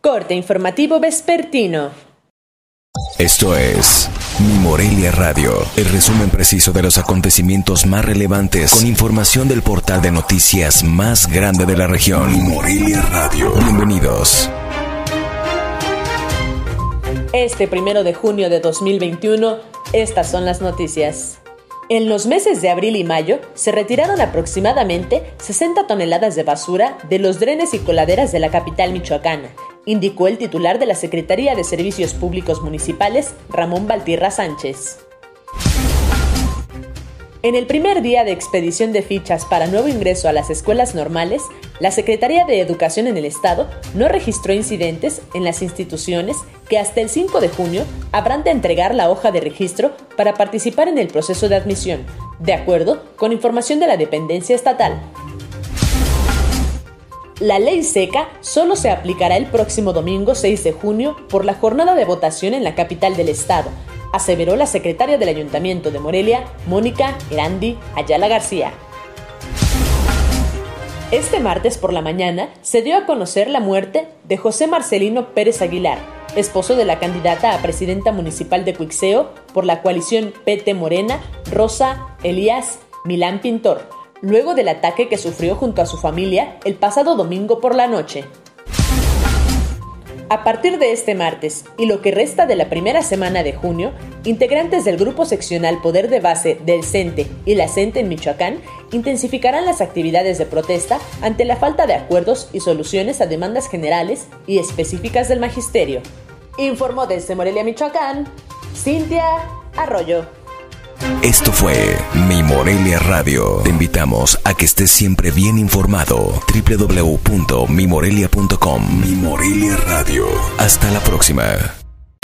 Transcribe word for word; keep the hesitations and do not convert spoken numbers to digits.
Corte informativo vespertino. Esto es Mi Morelia Radio, el resumen preciso de los acontecimientos más relevantes con información del portal de noticias más grande de la región. Mi Morelia Radio. Bienvenidos. Este primero de junio de dos mil veintiuno, estas son las noticias. En los meses de abril y mayo se retiraron aproximadamente sesenta toneladas de basura de los drenes y coladeras de la capital michoacana, indicó el titular de la Secretaría de Servicios Públicos Municipales, Ramón Valtierra Sánchez. En el primer día de expedición de fichas para nuevo ingreso a las escuelas normales, la Secretaría de Educación en el Estado no registró incidentes en las instituciones que hasta el cinco de junio habrán de entregar la hoja de registro para participar en el proceso de admisión, de acuerdo con información de la dependencia estatal. La ley seca solo se aplicará el próximo domingo seis de junio por la jornada de votación en la capital del estado, aseveró la secretaria del Ayuntamiento de Morelia, Mónica Erandi Ayala García. Este martes por la mañana se dio a conocer la muerte de José Marcelino Pérez Aguilar, esposo de la candidata a presidenta municipal de Cuitzeo por la coalición P T Morena, Rosa Elías Milán Pintor, luego del ataque que sufrió junto a su familia el pasado domingo por la noche. A partir de este martes y lo que resta de la primera semana de junio, integrantes del Grupo Seccional Poder de Base del CENTE y la CENTE en Michoacán intensificarán las actividades de protesta ante la falta de acuerdos y soluciones a demandas generales y específicas del magisterio. Informó desde Morelia, Michoacán, Cintia Arroyo. Esto fue Mi Morelia Radio. Te invitamos a que estés siempre bien informado. doble u doble u doble u punto mi morelia punto com. Mi Morelia Radio. Hasta la próxima.